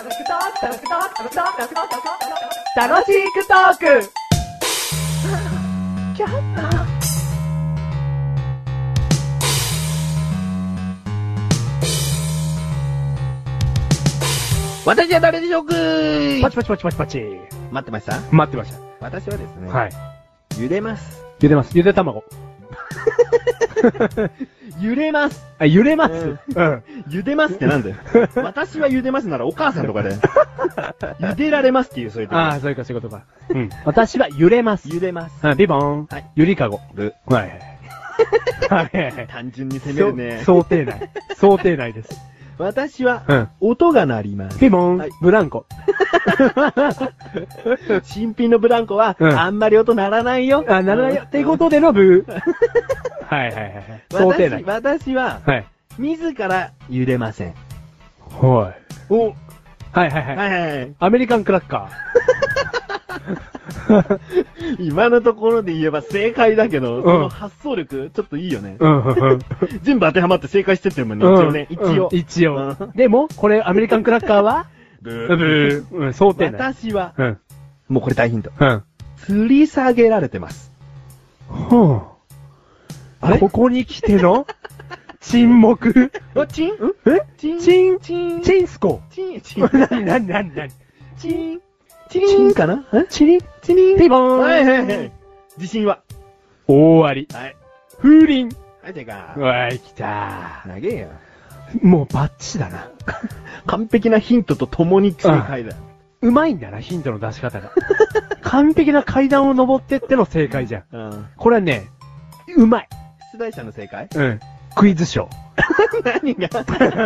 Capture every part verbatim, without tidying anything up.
楽しくトーク私は誰でしょうか。 パチパチパチパチパチ。 待ってました？ 待ってまし私はですね、 た。はい。 茹でます。 茹でます。茹で卵。 揺れます。 あ、揺れます。 うんうん。 茹でますってなんだよ。私は茹でますならお母さんとかで。茹でられますっていう、そういう時。 ああ、そういうか、そういうことか。うん。私は揺れます。 茹でます。 うん、ピボーン。 はい。 ゆりかご。 る。 はい。はいはいはい。 単純に攻めるね。 そ想定内。想定内です。 私は、 うん。 音が鳴ります。 ピボーン。 はいブランコ。 新品のブランコは、 うんあんまり音鳴らないよ。 あ、ならないよ。ってことでのブー。はいはいはいはい。想定内。 私、私は、 はい。 自ら茹でません。 はい。 お、 はいはいはい。 はいはいはい。 アメリカンクラッカ今のところで言えば正解だけど、 んその発想力、ちょっといいよね。 ー。うんうんうん。 全部当てはまって正解してってるもんね、一応ね。一応。 うん一応うん。 でも、これアメリカンクラッカーはブブー。うん、想定内。 私は、 うん。 もうこれ大ヒント。 うん。 吊り下げられてます。 ほう。 あれここに来ての沈黙。 あ、チンんえチンチン、 チンチンスコ。 チンチンなになになになにチンチリンかなえチリチリンピボーン。 はいはいはい。自信は大割り。 はい。 風鈴。 はい、てか。 わい、来た長えよ。 ー。もうバッチだな。 完璧なヒントと共に正解だよ。 うまいんだな、ヒントの出し方が。完璧な階段を登ってっての正解じゃん。 うん。 これはね、うまい。 出題者の正解うん。クイズショー。 何が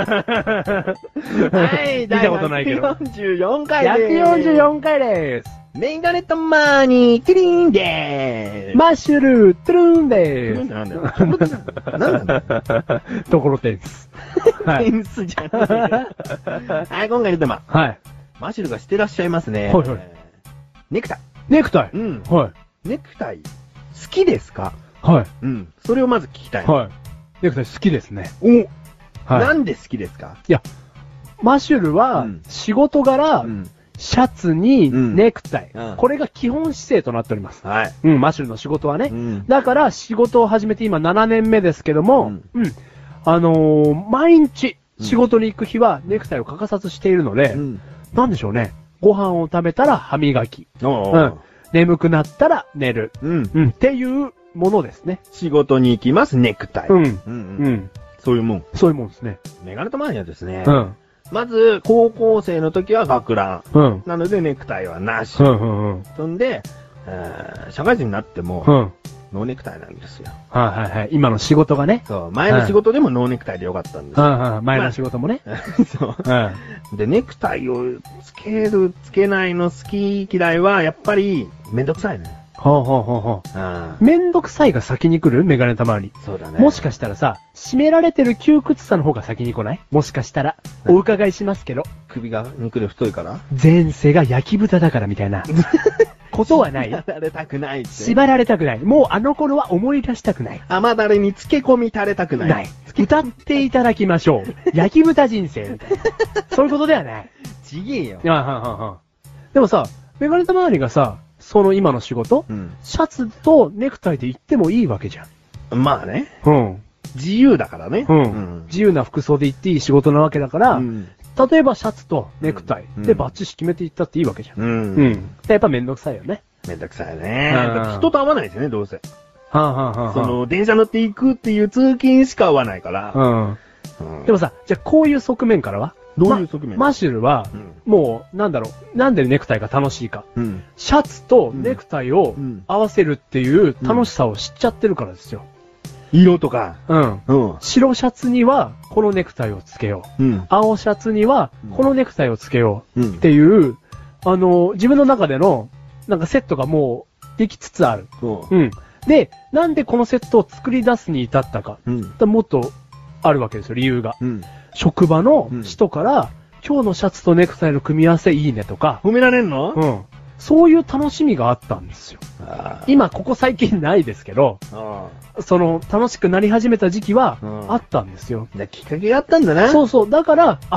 はい、 見たことないけどひゃくよんじゅうよんかいでーす。 ひゃくよんじゅうよんかいでーす。 メガネとマーニー、キリンでーす。 マッシュル、トゥルーンでーす。 なんだよ。なんだよ。 ところてんす。はセい。 ンスじゃねえよ。はい、今回のテーマ。 はい。 マシュルがしてらっしゃいますね。 はいはいネクタイ。 ネクタイ。 うん。 はい。 ネクタイ、好きですか？ はい。 うん。それをまず聞きたい。 はい。ネクタイ好きですね。 お、 はい。 なんで好きですか？ いや、マシュルはうん、 仕事柄、 うん。 シャツにうんネクタイ、 うんこれが基本姿勢となっております。 はい。 うん、マシュルの仕事はね。 うん。 だから仕事を始めて今ななねんめですけども、 ううんん。あのー、毎日仕事に行く日はネクタイを欠かさずしているので、 うん。 なんでしょうね。ご飯を食べたら歯磨き。 おーうん。眠くなったら寝る。 うん。 うん。っていうものですね。 仕事に行きます、ネクタイ。 うん。 うん。 ううん。 ん。 そういうもん。 そういうもんですね。 メガネとマーニーはですね。 うん。 まず、高校生の時は学ラン。 うん。 なので、ネクタイはなし。 うん。うん。うん。 そんで、えー社会人になっても、 うん。 ノーネクタイなんですよ。 はいはいはい。今の仕事がね。 そう、前の仕事でもノーネクタイでよかったんですよ。 うんうん。前の仕事もね。 そう。 うん。 で、ネクタイをつける、つけないの好き嫌いは、やっぱり、めんどくさいね。 ほうほうほうほあう。めんどくさいが先に来るメガネたまに。 そうだね。 もしかしたらさ、締められてる窮屈さの方が先に来ないもしかしたら。お伺いしますけど。 首が肉で太いから前世が焼き豚だからみたいな。ことはないやられたくないって。 縛られたくない。もうあの頃は思い出したくない。 甘だれに漬け込み垂れたくない。 ない。歌っていただきましょう。焼き豚人生みたいな。そういうことではない。 ちげえよ。 あはははでもさ、メガネたまわりがさ、その今の仕事、 うん。 シャツとネクタイで行ってもいいわけじゃん。 まあね。 うん。 自由だからね。 うん。自由な服装で行っていい仕事なわけだから、 うん。 例えばシャツとネクタイうんでバッチシ決めていったっていいわけじゃん。 う。 うんん。でやっぱめんどくさいよね。 めんどくさいね。 うんだって人と会わないですよね、どうせ。 はあ、はあはあ、 その、電車乗って行くっていう通勤しか会わないから。 うん。 うんでもさ、じゃあこういう側面からはどういう側面まマシュルは、 うん。 もう、なんだろう、なんでネクタイが楽しいか。 うん。 シャツとネクタイをうん合わせるっていう楽しさを知っちゃってるからですよ。 色とか。 うん。 うん。 白シャツには、このネクタイをつけよう。 うん。 青シャツにはうん、 このネクタイをつけよう。 うんっていう、あの、自分の中での、なんかセットがもう、できつつある。 そう。 うん。で、なんでこのセットを作り出すに至ったか。 うん。 だもっと、あるわけですよ、理由が。 うん。 職場のうん人から、今日のシャツとネクタイの組み合わせいいねとか、 褒められんのうん。そういう楽しみがあったんですよ。 あー今、ここ最近ないですけど、 あその、楽しくなり始めた時期はう、んあったんですよ。 ー。できっかけがあったんだな。 そうそう。だから、あ、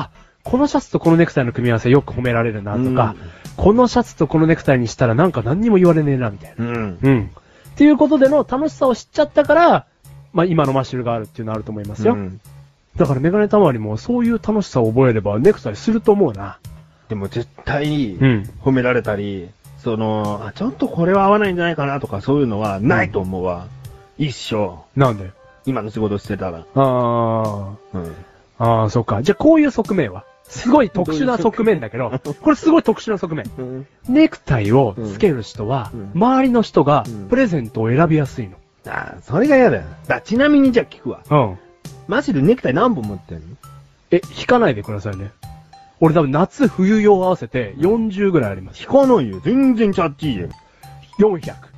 このシャツとこのネクタイの組み合わせよく褒められるなとか、このシャツとこのネクタイにしたらなんか何にも言われねえなみたいな。 うん。 うん。っていうことでの楽しさを知っちゃったから、まあ今のマッシュルがあるっていうのはあると思いますよ。うん、だからメガネたまわりもそういう楽しさを覚えればネクタイすると思うな。 でも絶対、褒められたり、うん、その、あ、ちょっとこれは合わないんじゃないかなとかそういうのはないと思うわ。うん、一生。 なんで？ 今の仕事してたら。 ああ。うん。ああ、そっか。じゃあこういう側面はすごい特殊な側面だけど、これすごい特殊な側面。うん、ネクタイをつける人は、うん、周りの人がプレゼントを選びやすいの。 ああ、それが嫌だよ。だ、ちなみにじゃあ聞くわ。うん。マジでネクタイ何本持ってんの？ え、引かないでくださいね。俺多分夏冬用合わせてよんじゅうぐらいあります。 引かないよ。全然チャッチーよ。 よんひゃく。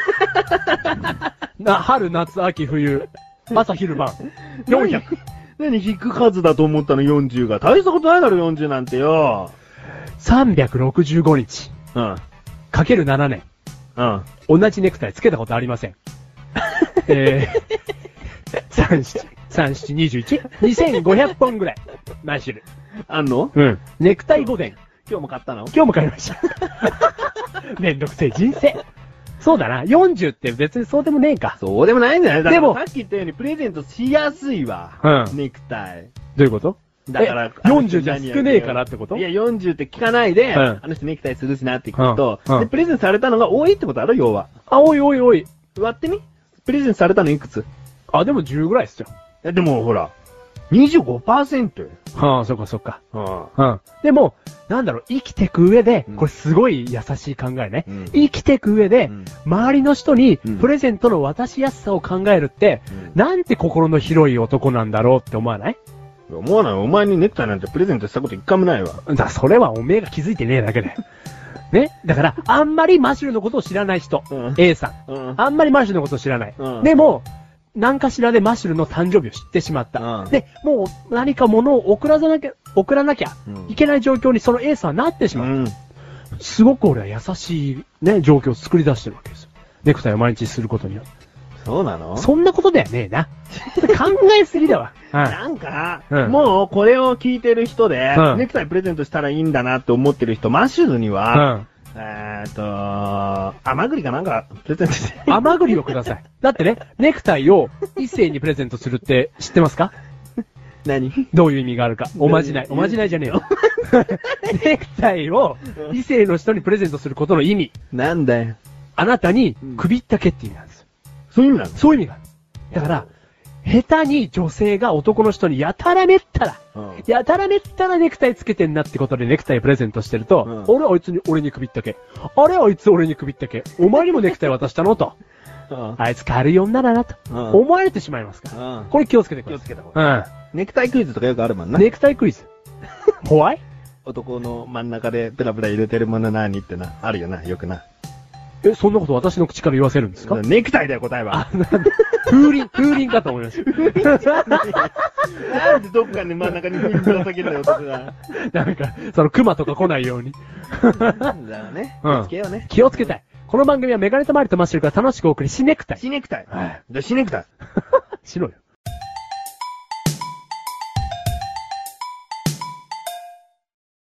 な、春、夏、秋、冬。朝、昼、晩。よんひゃく。 何引く数だと思ったのよんじゅうが。大したことないだろよんじゅうなんてよ。 さんびゃくろくじゅうごにち。うん。かけるななねん。うん。同じネクタイつけたことありません。えー、さん、なな、さん、なな、にじゅういち? にせんごひゃっぽんぐらい。マッシュル。 あんの？ うん。ネクタイごでん。 今日も買ったの？ 今日も買いました。めんどくせえ人生。そうだな。よんじゅうって別にそうでもねえか。 そうでもないんだよ。でも、さっき言ったようにプレゼントしやすいわ。うん。ネクタイ。 どういうこと？ だから、 よんじゅうじゃ少ねえからってこと？ いや、よんじゅうって聞かないで、うん、あの人ネクタイするしなって聞くと、うんうん、で、プレゼントされたのが多いってことある？要は。 あ、多い多い多い。 割ってみ？プレゼントされたのいくつ？ あ、でもじゅうぐらいっすよ。 え、でもほら、にじゅうごパーセント よ。 はあ、そっかそっか。はあ、うん。でも、なんだろう、生きてく上で、うん、これすごい優しい考えね。うん、生きてく上で、うん、周りの人にプレゼントの渡しやすさを考えるって、うん、なんて心の広い男なんだろうって思わない？ 思わない。お前にネクタイなんてプレゼントしたこと一回もないわ。 だ、それはおめえが気づいてねえだけだよ。ね。だから、あんまりマシュルのことを知らない人。うん、A さん、うん。あんまりマシュルのことを知らない。うん、でも、何かしらでマッシュルの誕生日を知ってしまった。うん、で、もう何か物を送らなきゃ、送らなきゃいけない状況にその A さんはなってしまう。うん、すごく俺は優しいね、状況を作り出してるわけですよ。ネクタイを毎日することには。 そうなの？ そんなことだよねえな。考えすぎだわ。 うん、なんか、うん、もうこれを聞いてる人で、うん、ネクタイプレゼントしたらいいんだなって思ってる人、マッシュルには、うんえーっと、甘栗かなんか、プレゼントして。 甘栗をください。だってね、ネクタイを異性にプレゼントするって知ってますか？ 何？ どういう意味があるか。おまじない。おまじないじゃねえよ。ネクタイを異性の人にプレゼントすることの意味。 なんだよ。 あなたに首ったけって意味なんですよ。 そういう意味なんです。 そういう意味がある。だから、下手に女性が男の人にやたらめったら、うん、やたらめったらネクタイつけてんなってことでネクタイプレゼントしてると、うん、俺あいつに俺に首ったけ。あれあいつ俺に首ったけ。お前にもネクタイ渡したのと。うん、あいつ軽い女だなと、うん。思われてしまいますから。うん、これ気をつけてください。 気をつけた方がいい。うん。ネクタイクイズとかよくあるもんな。 ネクタイクイズ怖い？ 男の真ん中でペラペラ入れてるもの何ってな。あるよな、よくな。 え、そんなこと私の口から言わせるんですか？ ネクタイだよ、答えは。 あ、なんで風鈴、風鈴かと思いました。 なんでどっかで真ん中に風鈴をかけるんだよ、男が。 なんか、その熊とか来ないように。 なんだよね。気をつけようね。 気をつけたい。この番組はメガネとマリとマッシュルから楽しくお送り、シネクタイ。 シネクタイ。はい。じゃあシネクタイ。 しろよ。